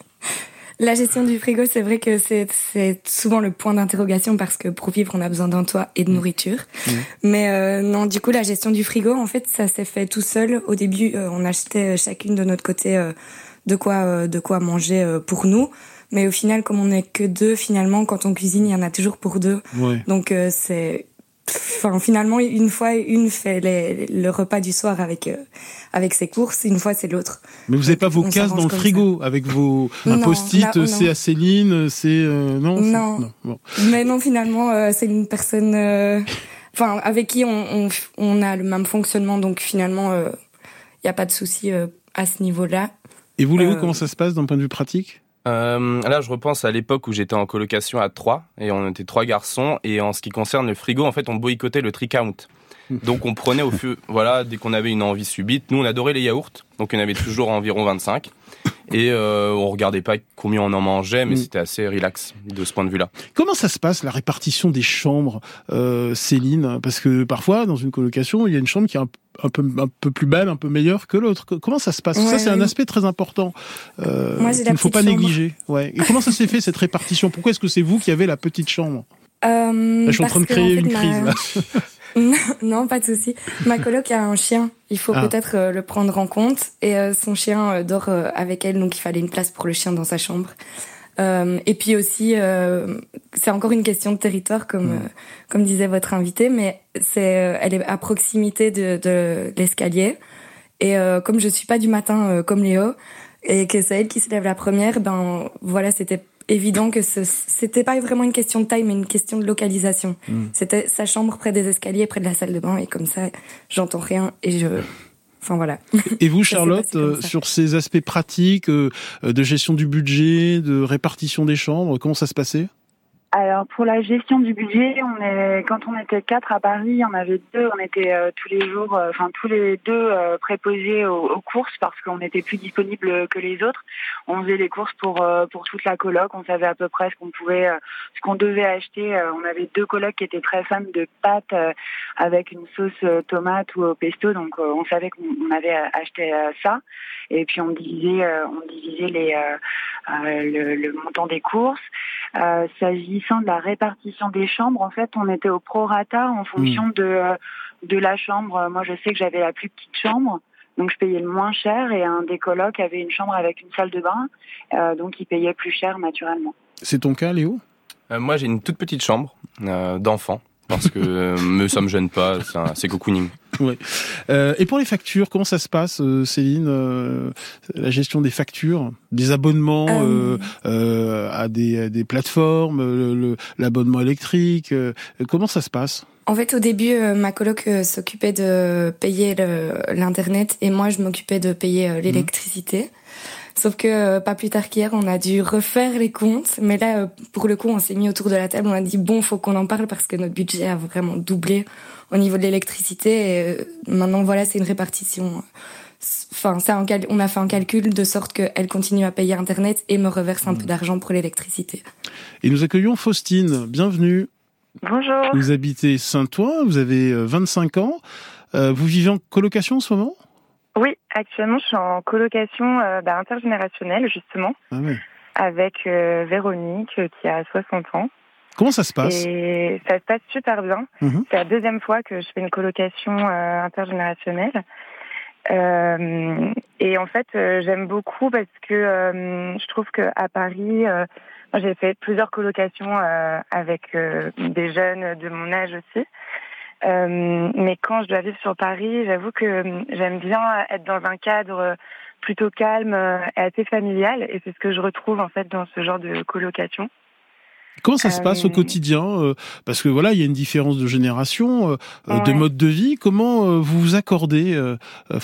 La gestion du frigo, c'est vrai que c'est, c'est souvent le point d'interrogation parce que pour vivre, on a besoin d'un toit et de nourriture. Mmh. Mais euh, non, du coup, la gestion du frigo, en fait, ça s'est fait tout seul. Au début, euh, on achetait chacune de notre côté euh, de quoi euh, de quoi manger euh, pour nous. Mais au final, comme on n'est que deux, finalement, quand on cuisine, il y en a toujours pour deux. Ouais. Donc euh, c'est... Enfin, finalement, une fois, une fait les, le repas du soir avec euh, avec ses courses, une fois c'est l'autre. Mais vous n'avez pas vos cases dans le frigo ça. Avec vos un non, post-it, là, oh, c'est à Céline, c'est euh, non. Non. C'est, non bon. Mais non, finalement, euh, c'est une personne, euh, enfin, avec qui on, on on a le même fonctionnement, donc finalement, il euh, y a pas de souci euh, à ce niveau-là. Et vous, Léo, euh, comment ça se passe d'un point de vue pratique ? Euh, là, je repense à l'époque où j'étais en colocation à trois et on était trois garçons. Et en ce qui concerne le frigo, en fait, on boycottait le tri-count. Donc, on prenait au feu, voilà, dès qu'on avait une envie subite. Nous, on adorait les yaourts, donc il y en avait toujours environ vingt-cinq. Et euh, on regardait pas combien on en mangeait, mais mmh. c'était assez relax de ce point de vue-là. Comment ça se passe, la répartition des chambres, euh, Céline ? Parce que parfois, dans une colocation, il y a une chambre qui est un, un, peu, un peu plus belle, un peu meilleure que l'autre. Comment ça se passe ? ouais, Ça, c'est ouais. un aspect très important euh, Moi, j'ai qu'il ne faut pas chambre. négliger. Ouais. Et comment ça s'est fait, cette répartition ? Pourquoi est-ce que c'est vous qui avez la petite chambre ? euh, là, Je suis en train de créer en fait, une ma... crise, là. Non, non, pas de souci. Ma coloc a un chien. Il faut ah. peut-être euh, le prendre en compte. Et euh, son chien euh, dort euh, avec elle, donc il fallait une place pour le chien dans sa chambre. Euh, et puis aussi, euh, c'est encore une question de territoire, comme mmh. euh, comme disait votre invité, mais c'est, euh, elle est à proximité de, de l'escalier. Et euh, comme je suis pas du matin euh, comme Léo, et que c'est elle qui se lève la première, ben voilà, c'était évident que ce, c'était pas vraiment une question de taille, mais une question de localisation. Mmh. C'était sa chambre près des escaliers, près de la salle de bain, et comme ça, j'entends rien et je... Enfin voilà. Et vous, Charlotte, euh, sur ces aspects pratiques euh, de gestion du budget, de répartition des chambres, comment ça se passait ? Alors pour la gestion du budget, on est quand on était quatre à Paris, on avait deux, on était euh, tous les jours, euh, enfin tous les deux euh, préposés aux, aux courses parce qu'on était plus disponibles que les autres. On faisait les courses pour euh, pour toute la coloc, on savait à peu près ce qu'on pouvait, euh, ce qu'on devait acheter. Euh, on avait deux colocs qui étaient très fans de pâtes euh, avec une sauce euh, tomate ou au pesto, donc euh, on savait qu'on on avait acheté euh, ça. Et puis on divisait, euh, on divisait les euh, euh, le, le montant des courses. Euh, s'agissant de la répartition des chambres, en fait, on était au prorata en fonction mmh. de de la chambre. Moi, je sais que j'avais la plus petite chambre, donc je payais le moins cher, et un des colocs avait une chambre avec une salle de bain, euh, donc il payait plus cher naturellement. C'est ton cas, Léo ? euh, Moi, j'ai une toute petite chambre euh, d'enfant. parce que euh, me, ça me gêne pas, c'est, un, c'est cocooning. Ouais. Euh, et pour les factures, comment ça se passe, euh, Céline, euh, la gestion des factures, des abonnements euh, euh, à, des, à des plateformes, le, le, l'abonnement électrique, euh, comment ça se passe ? En fait, au début, euh, ma coloc euh, s'occupait de payer le, l'internet et moi, je m'occupais de payer euh, l'électricité. Mmh. Sauf que euh, pas plus tard qu'hier, on a dû refaire les comptes. Mais là, euh, pour le coup, on s'est mis autour de la table. On a dit bon, faut qu'on en parle parce que notre budget a vraiment doublé au niveau de l'électricité. Et euh, maintenant, voilà, c'est une répartition. Enfin, c'est un cal- on a fait un calcul de sorte qu'elle continue à payer Internet et me reverse un mmh. peu d'argent pour l'électricité. Et nous accueillons Faustine. Bienvenue. Bonjour. Vous habitez Saint-Ouen. Vous avez vingt-cinq ans. Euh, vous vivez en colocation en ce moment ? Oui, actuellement, je suis en colocation euh, bah, intergénérationnelle, justement, ah ouais. avec euh, Véronique, euh, qui a soixante ans. Comment ça se passe ? Et ça se passe super bien. Mmh. C'est la deuxième fois que je fais une colocation euh, intergénérationnelle. Euh, et en fait, euh, j'aime beaucoup parce que euh, je trouve qu'à Paris, euh, j'ai fait plusieurs colocations euh, avec euh, des jeunes de mon âge aussi. Euh, mais quand je dois vivre sur Paris, j'avoue que j'aime bien être dans un cadre plutôt calme et assez familial, et c'est ce que je retrouve en fait dans ce genre de colocation. Comment ça euh... se passe au quotidien ? Parce que voilà, il y a une différence de génération, euh, ouais. de mode de vie. Comment euh, vous vous accordez, euh, Faustine ?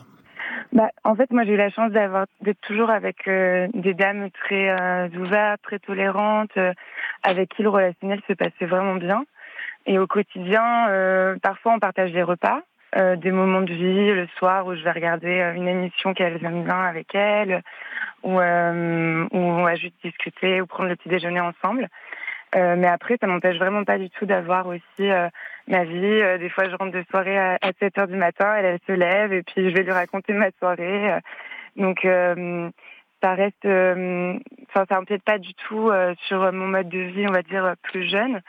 Bah, en fait, moi, j'ai eu la chance d'avoir d'être toujours avec euh, des dames très euh, ouvertes, très tolérantes, euh, avec qui le relationnel se passait vraiment bien. Et au quotidien, euh, parfois on partage des repas, euh, des moments de vie le soir où je vais regarder une émission qu'elles aiment bien avec elles, ou euh, où on va juste discuter ou prendre le petit déjeuner ensemble. Euh, mais après, ça m'empêche vraiment pas du tout d'avoir aussi euh, ma vie. Euh, des fois, je rentre de soirée à, à sept heures du matin, elle, elle se lève et puis je vais lui raconter ma soirée. Euh, donc, euh, ça reste, enfin, euh, ça n'empiète pas du tout euh, sur mon mode de vie, on va dire, plus jeune.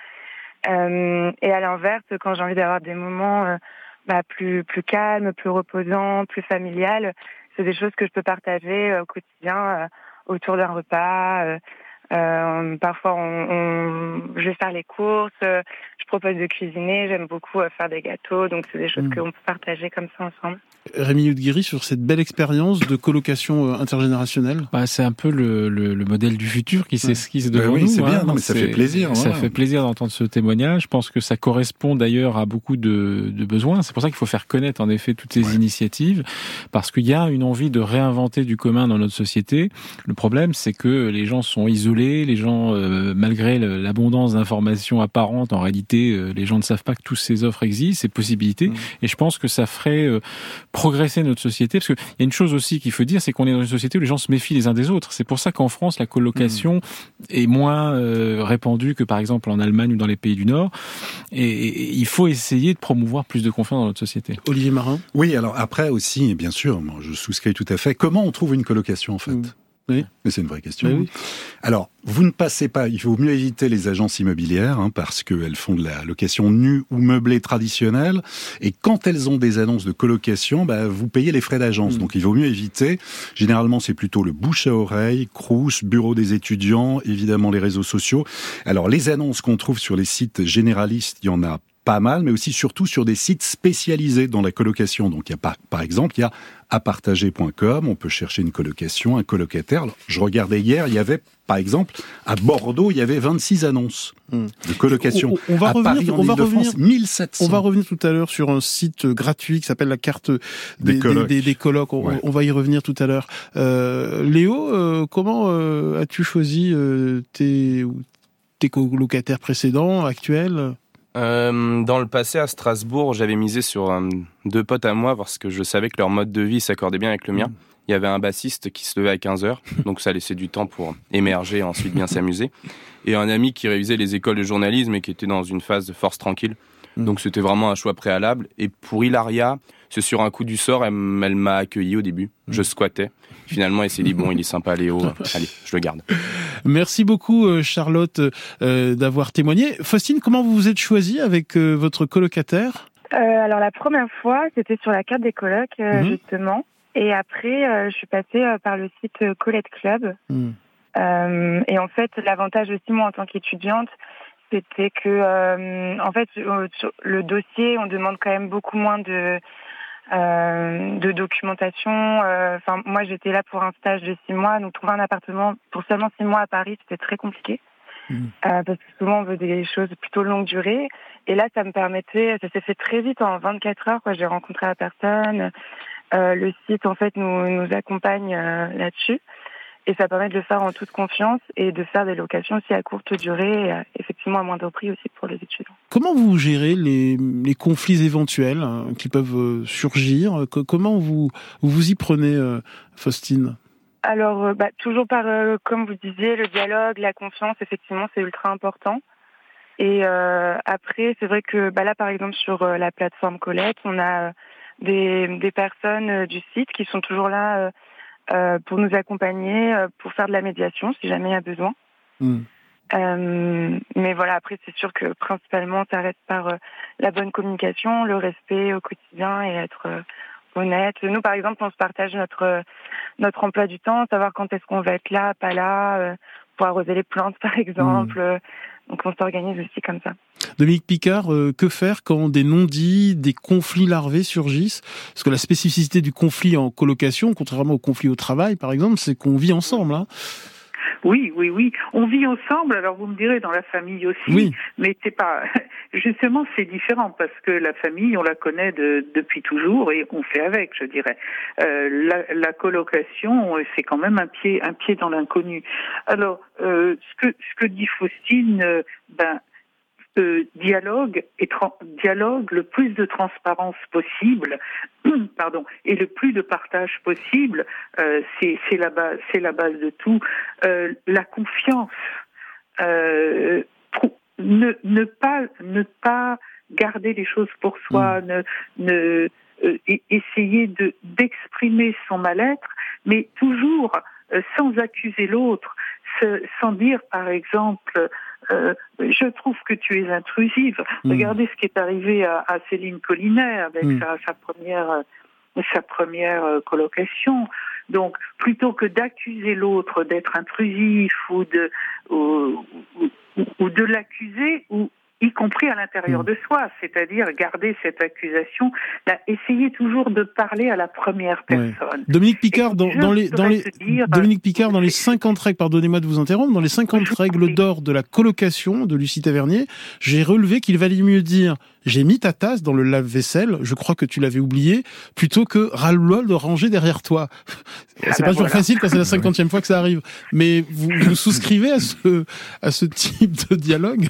Euh, et à l'inverse, quand j'ai envie d'avoir des moments euh, bah, plus plus calmes, plus reposants, plus familiales, c'est des choses que je peux partager euh, au quotidien euh, autour d'un repas. Euh, euh, parfois, on, on, je vais faire les courses, euh, je propose de cuisiner, j'aime beaucoup euh, faire des gâteaux, donc c'est des choses mmh. qu'on peut partager comme ça ensemble. Rémi Youdguiri, sur cette belle expérience de colocation intergénérationnelle. Bah, c'est un peu le, le, le modèle du futur qui s'esquisse ouais. devant bah oui, nous. C'est hein. bien, non, mais ça c'est, fait plaisir. Ça voilà. fait plaisir d'entendre ce témoignage. Je pense que ça correspond d'ailleurs à beaucoup de, de besoins. C'est pour ça qu'il faut faire connaître en effet toutes ces ouais. initiatives, parce qu'il y a une envie de réinventer du commun dans notre société. Le problème, c'est que les gens sont isolés, les gens, euh, malgré l'abondance d'informations apparentes, en réalité, euh, les gens ne savent pas que toutes ces offres existent, ces possibilités. Mmh. Et je pense que ça ferait euh, progresser notre société, parce qu'il y a une chose aussi qu'il faut dire, c'est qu'on est dans une société où les gens se méfient les uns des autres. C'est pour ça qu'en France, la colocation mmh. est moins euh, répandue que par exemple en Allemagne ou dans les pays du Nord. Et, et il faut essayer de promouvoir plus de confiance dans notre société. Olivier Marin ? Oui, alors après aussi, bien sûr, moi, je souscris tout à fait. Comment on trouve une colocation en fait ? mmh. Oui. Mais c'est une vraie question. Oui. Alors, vous ne passez pas, il faut mieux éviter les agences immobilières, hein, parce qu'elles font de la location nue ou meublée traditionnelle, et quand elles ont des annonces de colocation, bah, vous payez les frais d'agence, mmh. donc il vaut mieux éviter. Généralement, c'est plutôt le bouche à oreille, Crous, bureau des étudiants, évidemment les réseaux sociaux. Alors, les annonces qu'on trouve sur les sites généralistes, il y en a pas mal, mais aussi surtout sur des sites spécialisés dans la colocation. Donc, il y a par, par exemple, il y a apartager point com, on peut chercher une colocation, un colocataire. Alors, je regardais hier, il y avait, par exemple, à Bordeaux, il y avait vingt-six annonces mmh. de colocation. On, on va à revenir, Paris, en on va Île-de-France, revenir, mille sept cents. On va revenir tout à l'heure sur un site gratuit qui s'appelle la carte des, des colocs. Des, des, des colocs. On, ouais. on va y revenir tout à l'heure. Euh, Léo, euh, comment euh, as-tu choisi euh, tes, tes colocataires précédents, actuels ? Euh, dans le passé, à Strasbourg, j'avais misé sur euh, deux potes à moi parce que je savais que leur mode de vie s'accordait bien avec le mien. Il y avait un bassiste qui se levait à quinze heures, donc ça laissait du temps pour émerger et ensuite bien s'amuser. Et un ami qui révisait les écoles de journalisme et qui était dans une phase de force tranquille. Donc c'était vraiment un choix préalable. Et pour Hilaria, c'est sur un coup du sort, elle, elle m'a accueilli au début. Je squattais. Finalement, elle s'est dit, bon, il est sympa Léo, allez, je le garde. Merci beaucoup Charlotte euh, d'avoir témoigné. Faustine, comment vous vous êtes choisie avec euh, votre colocataire ? euh, Alors la première fois, c'était sur la carte des colocs, euh, mmh. justement. Et après, euh, je suis passée euh, par le site Colette Club. Mmh. Euh, et en fait, l'avantage aussi, moi, en tant qu'étudiante, c'était que, euh, en fait, sur le dossier, on demande quand même beaucoup moins de, euh, de documentation. Enfin, euh, moi, j'étais là pour un stage de six mois, donc trouver un appartement pour seulement six mois à Paris, c'était très compliqué. Mmh. Euh, parce que souvent, on veut des choses plutôt longue durée. Et là, ça me permettait, ça s'est fait très vite, en vingt-quatre heures, quoi. J'ai rencontré la personne. Euh, le site, en fait, nous, nous accompagne euh, là-dessus. Et ça permet de le faire en toute confiance et de faire des locations aussi à courte durée, et effectivement à moindre prix aussi pour les étudiants. Comment vous gérez les, les conflits éventuels hein, qui peuvent surgir ? Comment vous vous, vous y prenez, euh, Faustine ? Alors, bah, toujours par, euh, comme vous disiez, le dialogue, la confiance, effectivement, c'est ultra important. Et euh, après, c'est vrai que bah, là, par exemple, sur euh, la plateforme Colette, on a euh, des, des personnes euh, du site qui sont toujours là euh, euh, pour nous accompagner, euh, pour faire de la médiation, si jamais il y a besoin. Mmh. Euh, mais voilà, après, c'est sûr que principalement, ça reste par euh, la bonne communication, le respect au quotidien et être... Euh, honnête. Nous, par exemple, on se partage notre notre emploi du temps, savoir quand est-ce qu'on va être là, pas là, euh, pour arroser les plantes, par exemple. Mmh. Donc, on s'organise aussi comme ça. Dominique Picard, euh, que faire quand des non-dits, des conflits larvés surgissent ? Parce que la spécificité du conflit en colocation, contrairement au conflit au travail, par exemple, c'est qu'on vit ensemble, hein. Oui, oui, oui. On vit ensemble. Alors vous me direz dans la famille aussi, oui. Mais c'est pas justement c'est différent parce que la famille on la connaît de, depuis toujours et on fait avec, je dirais. Euh, la, la colocation c'est quand même un pied un pied dans l'inconnu. Alors euh, ce que ce que dit Faustine, euh, ben Euh, dialogue et tra- dialogue, le plus de transparence possible, pardon, et le plus de partage possible, euh, c'est, c'est la base, c'est la base de tout. Euh, la confiance, euh, pro- ne, ne pas, ne pas garder les choses pour soi, mmh. ne, ne euh, essayer de d'exprimer son mal-être, mais toujours euh, sans accuser l'autre, sans dire, par exemple. Euh, je trouve que tu es intrusive. Mmh. Regardez ce qui est arrivé à, à Céline Collinet avec mmh. sa, sa première, sa première colocation. Donc, plutôt que d'accuser l'autre d'être intrusif ou de, ou, ou, ou de l'accuser, ou y compris à l'intérieur mmh. de soi, c'est-à-dire garder cette accusation, là, essayer toujours de parler à la première personne. Ouais. Dominique Picard, dans, dans les, dans les, dire, Dominique Picard, dans les cinquante règles, pardonnez-moi de vous interrompre, dans les cinquante règles d'or de la colocation de Lucie Tavernier, j'ai relevé qu'il valait mieux dire j'ai mis ta tasse dans le lave-vaisselle, je crois que tu l'avais oublié, plutôt que ras-le-bol de ranger derrière toi. C'est ah pas ben toujours voilà. facile quand c'est la cinquantième fois que ça arrive. Mais vous, vous souscrivez à ce, à ce type de dialogue?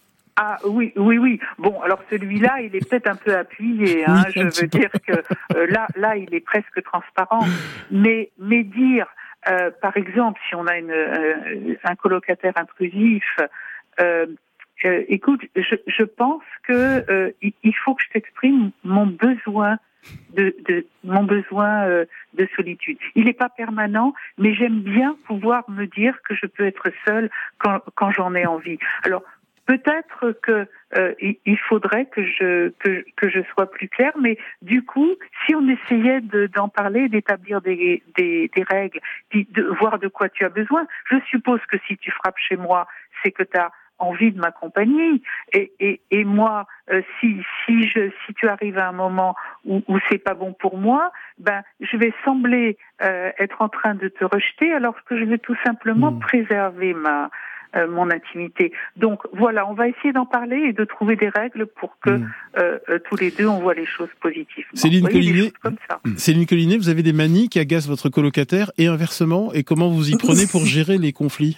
Ah oui, oui, oui. Bon, alors celui-là, il est peut-être un peu appuyé. Hein. Oui, je veux dire que euh, là, là, il est presque transparent. Mais, mais dire, euh, par exemple, si on a une, euh, un colocataire intrusif, euh, euh, écoute, je, je pense que euh, il faut que je t'exprime mon besoin de, de mon besoin euh, de solitude. Il n'est pas permanent, mais j'aime bien pouvoir me dire que je peux être seule quand, quand j'en ai envie. Alors peut-être que euh, il faudrait que je que, que je sois plus claire, mais du coup, si on essayait de, d'en parler, d'établir des, des, des règles, de voir de quoi tu as besoin, je suppose que si tu frappes chez moi, c'est que tu as envie de m'accompagner. Et, et, et moi, euh, si si je si tu arrives à un moment où, où c'est pas bon pour moi, ben je vais sembler euh, être en train de te rejeter, alors que je vais tout simplement mmh. préserver ma Euh, mon intimité. Donc voilà, on va essayer d'en parler et de trouver des règles pour que mmh. euh, euh, tous les deux on voit les choses positivement. Céline Collinet, comme ça. Céline Collinet, vous avez des manies qui agacent votre colocataire et inversement, et comment vous y prenez pour gérer les conflits?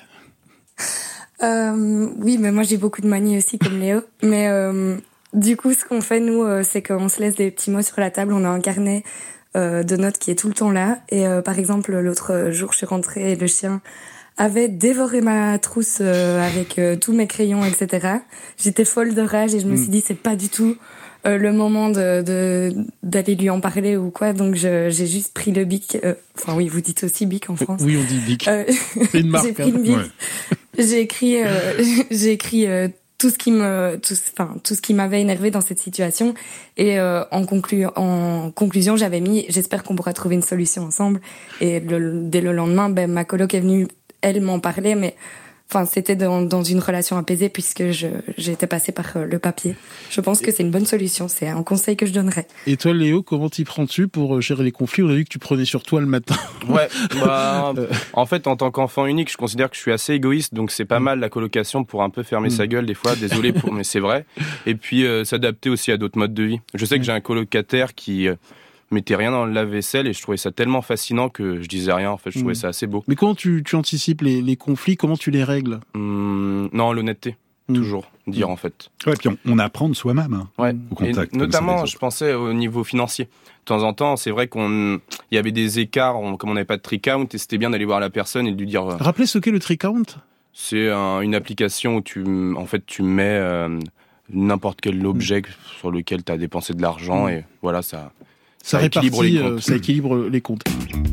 euh, Oui, mais moi j'ai beaucoup de manies aussi comme Léo. Mais euh, du coup, ce qu'on fait nous, euh, c'est qu'on se laisse des petits mots sur la table. On a un carnet euh, de notes qui est tout le temps là. Et euh, par exemple, l'autre jour, je suis rentrée et le chien avait dévoré ma trousse euh, avec euh, tous mes crayons, et cetera. J'étais folle de rage et je me suis dit c'est pas du tout euh, le moment de, de d'aller lui en parler ou quoi. Donc je, j'ai juste pris le bic. Euh, enfin oui, vous dites aussi bic en France. Oui, on dit bic. Euh, c'est une marque. J'ai pris le bic. Ouais. J'ai écrit, euh, j'ai écrit euh, tout ce qui me, tout, enfin tout ce qui m'avait énervé dans cette situation. Et euh, en, conclu, en conclusion, j'avais mis j'espère qu'on pourra trouver une solution ensemble. Et le, dès le lendemain, ben ma coloc est venue. Elle m'en parlait, mais Enfin, c'était dans, dans une relation apaisée puisque je, j'étais passée par le papier. Je pense que c'est une bonne solution. C'est un conseil que je donnerais. Et toi, Léo, comment t'y prends-tu pour gérer les conflits? On a vu que tu prenais sur toi le matin. Ouais, bah, en fait, en tant qu'enfant unique, je considère que je suis assez égoïste, donc c'est pas mal la colocation pour un peu fermer mmh. sa gueule des fois. Désolé, pour, mais c'est vrai. Et puis, euh, s'adapter aussi à d'autres modes de vie. Je sais que j'ai un colocataire qui... Euh, mettais rien dans le lave-vaisselle et je trouvais ça tellement fascinant que je disais rien. En fait, je trouvais mmh. ça assez beau. Mais comment tu, tu anticipes les, les conflits? Comment tu les règles? mmh, Non, l'honnêteté. Mmh. Toujours dire mmh. en fait. Ouais, puis on, on apprend de soi-même. Hein, ouais. Au contact. Et notamment, je pensais au niveau financier. De temps en temps, c'est vrai qu'on, il y avait des écarts, on, comme on n'avait pas de tricount, et c'était bien d'aller voir la personne et de lui dire. Euh, Rappelez ce qu'est le tricount. C'est un, une application où tu, en fait, tu mets euh, n'importe quel objet mmh. sur lequel tu as dépensé de l'argent mmh. et voilà ça. Ça, ça équilibre les comptes. Ça équilibre les comptes.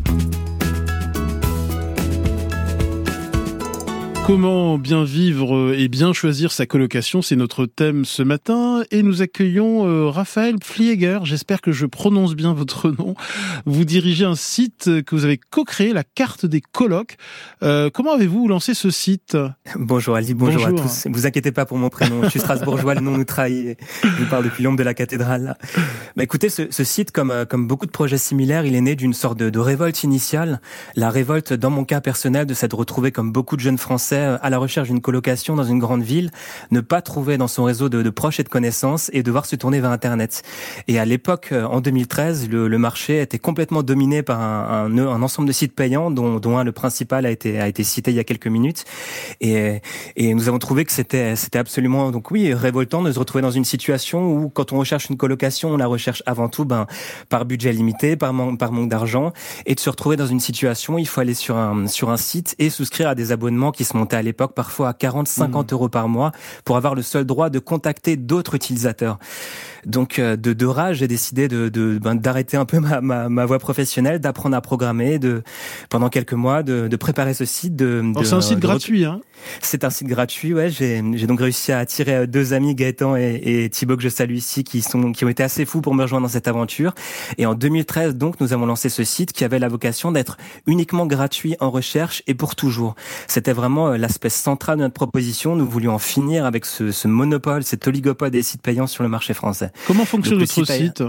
Comment bien vivre et bien choisir sa colocation, c'est notre thème ce matin. Et nous accueillons euh, Raphaël Pflieger, j'espère que je prononce bien votre nom. Vous dirigez un site que vous avez co-créé, la carte des colocs. Euh, comment avez-vous lancé ce site? Bonjour Ali, bonjour, bonjour à tous. Ne vous inquiétez pas pour mon prénom, je suis strasbourgeois, le nom nous trahit. Je vous parle depuis l'ombre de la cathédrale. Bah, écoutez, ce, ce site, comme, comme beaucoup de projets similaires, il est né d'une sorte de, de révolte initiale. La révolte, dans mon cas personnel, de s'être retrouvé comme beaucoup de jeunes Français à la recherche d'une colocation dans une grande ville, ne pas trouver dans son réseau de, de proches et de connaissances et devoir se tourner vers Internet. Et à l'époque, en deux mille treize, le, le marché était complètement dominé par un, un, un ensemble de sites payants, dont, dont un, le principal, a été, a été cité il y a quelques minutes. Et, et nous avons trouvé que c'était, c'était absolument, donc oui, révoltant de se retrouver dans une situation où, quand on recherche une colocation, on la recherche avant tout ben, par budget limité, par, man- par manque d'argent, et de se retrouver dans une situation où il faut aller sur un, sur un site et souscrire à des abonnements qui se montaient à l'époque parfois à quarante, cinquante mmh. euros par mois pour avoir le seul droit de contacter d'autres utilisateurs. Donc de, de rage, j'ai décidé de, de ben, d'arrêter un peu ma, ma, ma voie professionnelle, d'apprendre à programmer, de pendant quelques mois, de, de préparer ce site. De, oh, de c'est un site de, gratuit, hein. C'est un site gratuit, ouais. J'ai, j'ai donc réussi à attirer deux amis, Gaëtan et, et Thibaut, que je salue ici, qui sont, qui ont été assez fous pour me rejoindre dans cette aventure. Et en deux mille treize, donc, nous avons lancé ce site qui avait la vocation d'être uniquement gratuit en recherche et pour toujours. C'était vraiment l'aspect central de notre proposition. Nous voulions en finir avec ce, ce monopole, cet oligopole des sites payants sur le marché français. Comment fonctionne votre site, site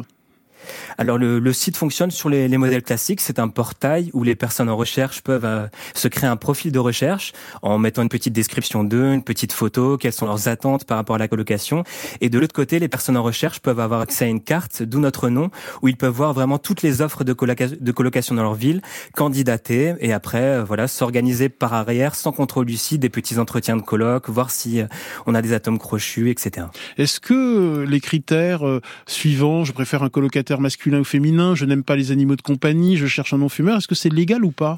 Alors le, le site fonctionne sur les, les modèles classiques. C'est un portail où les personnes en recherche peuvent euh, se créer un profil de recherche en mettant une petite description d'eux, une petite photo, quelles sont leurs attentes par rapport à la colocation. Et de l'autre côté, les personnes en recherche peuvent avoir accès à une carte, d'où notre nom, où ils peuvent voir vraiment toutes les offres de, coloca- de colocation dans leur ville, candidater et après euh, voilà s'organiser par arrière sans contrôle du site, des petits entretiens de coloc, voir si euh, on a des atomes crochus, et cetera. Est-ce que les critères euh, suivants, je préfère un colocataire masculin ou féminin, je n'aime pas les animaux de compagnie, je cherche un non-fumeur, est-ce que c'est légal ou pas ?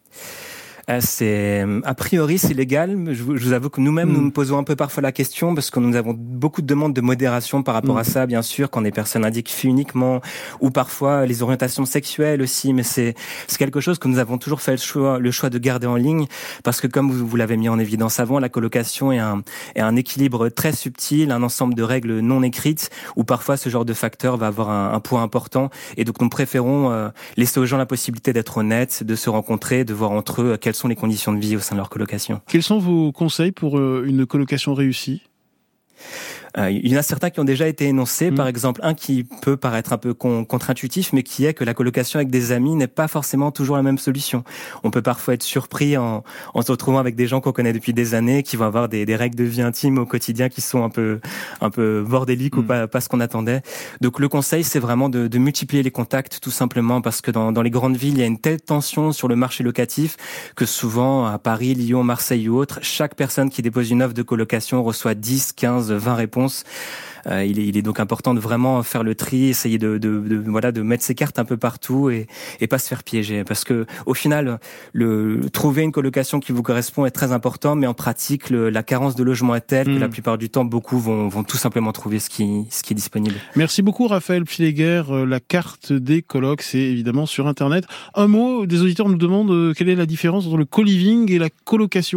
C'est, a priori, c'est légal. Je vous, je vous avoue que nous-mêmes, mmh. nous nous posons un peu parfois la question parce que nous avons beaucoup de demandes de modération par rapport mmh. à ça, bien sûr, quand des personnes indiquent filles uniquement ou parfois les orientations sexuelles aussi. Mais c'est, c'est quelque chose que nous avons toujours fait le choix, le choix de garder en ligne parce que, comme vous, vous l'avez mis en évidence avant, la colocation est un, est un équilibre très subtil, un ensemble de règles non écrites où parfois ce genre de facteur va avoir un, un poids important. Et donc, nous préférons euh, laisser aux gens la possibilité d'être honnêtes, de se rencontrer, de voir entre eux quels sont les conditions de vie au sein de leur colocation. Quels sont vos conseils pour une colocation réussie ? Euh, il y en a certains qui ont déjà été énoncés. Mmh. Par exemple, un qui peut paraître un peu con- contre-intuitif, mais qui est que la colocation avec des amis n'est pas forcément toujours la même solution. On peut parfois être surpris en, en se retrouvant avec des gens qu'on connaît depuis des années, qui vont avoir des, des règles de vie intime au quotidien qui sont un peu, un peu bordéliques mmh. ou pas, pas ce qu'on attendait. Donc le conseil, c'est vraiment de, de multiplier les contacts, tout simplement, parce que dans, dans les grandes villes, il y a une telle tension sur le marché locatif que souvent, à Paris, Lyon, Marseille ou autres, chaque personne qui dépose une offre de colocation reçoit dix, quinze, vingt réponses. Euh, il, est, il est donc important de vraiment faire le tri, essayer de, de, de voilà, de mettre ses cartes un peu partout et, et pas se faire piéger. Parce que au final, le, trouver une colocation qui vous correspond est très important, mais en pratique, le, la carence de logement est telle mmh. que la plupart du temps, beaucoup vont, vont tout simplement trouver ce qui, ce qui est disponible. Merci beaucoup, Raphaël Pflieger. La carte des colocs, c'est évidemment sur Internet. Un mot, des auditeurs nous demandent quelle est la différence entre le co-living et la colocation.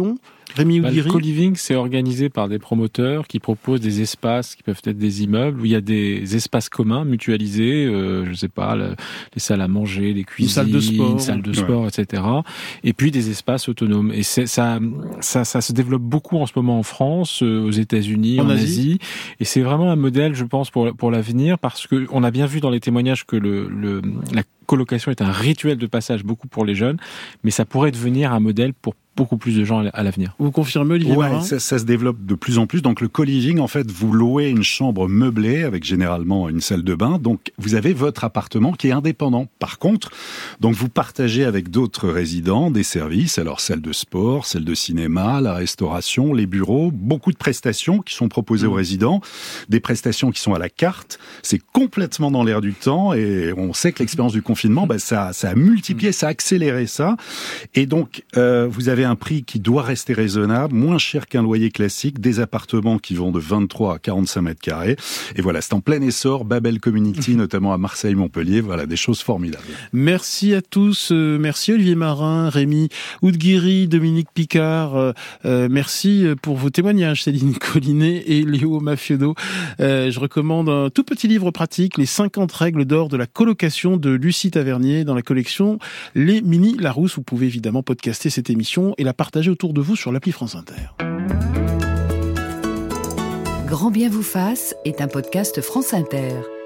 Rémi bah, Oudghiri. Le co-living, c'est organisé par des promoteurs qui proposent des espaces qui peuvent être des immeubles où il y a des espaces communs mutualisés, euh, je sais pas, le, les salles à manger, les cuisines, une salle de sport, une salle de sport, ouais. et cetera. Et puis des espaces autonomes. Et c'est, ça, ça, ça se développe beaucoup en ce moment en France, aux États-Unis, en, en Asie. Asie. Et c'est vraiment un modèle, je pense, pour pour l'avenir, parce que on a bien vu dans les témoignages que le, le la colocation est un rituel de passage beaucoup pour les jeunes, mais ça pourrait devenir un modèle pour beaucoup plus de gens à l'avenir. Vous confirmez, Olivier Ouais, Marin ? ça, ça se développe de plus en plus. Donc le co-living, en fait, vous louez une chambre meublée avec généralement une salle de bain. Donc vous avez votre appartement qui est indépendant. Par contre, donc vous partagez avec d'autres résidents des services. Alors salle de sport, salle de cinéma, la restauration, les bureaux, beaucoup de prestations qui sont proposées mmh. aux résidents, des prestations qui sont à la carte. C'est complètement dans l'air du temps et on sait que l'expérience du confinement, bah, ça, ça a multiplié, ça a accéléré ça. Et donc euh, vous avez un prix qui doit rester raisonnable, moins cher qu'un loyer classique, des appartements qui vont de vingt-trois à quarante-cinq mètres carrés. Et voilà, c'est en plein essor, Babel Community, notamment à Marseille, Montpellier. Voilà, des choses formidables. Merci à tous. Euh, merci Olivier Marin, Rémi Oudghiri, Dominique Picard. Euh, euh, merci pour vos témoignages, Céline Collinet et Léo Maffiodo. Euh, je recommande un tout petit livre pratique, Les cinquante règles d'or de la colocation de Lucie Tavernier dans la collection Les Mini Larousse. Vous pouvez évidemment podcaster cette émission et la partager autour de vous sur l'appli France Inter. Grand bien vous fasse est un podcast France Inter.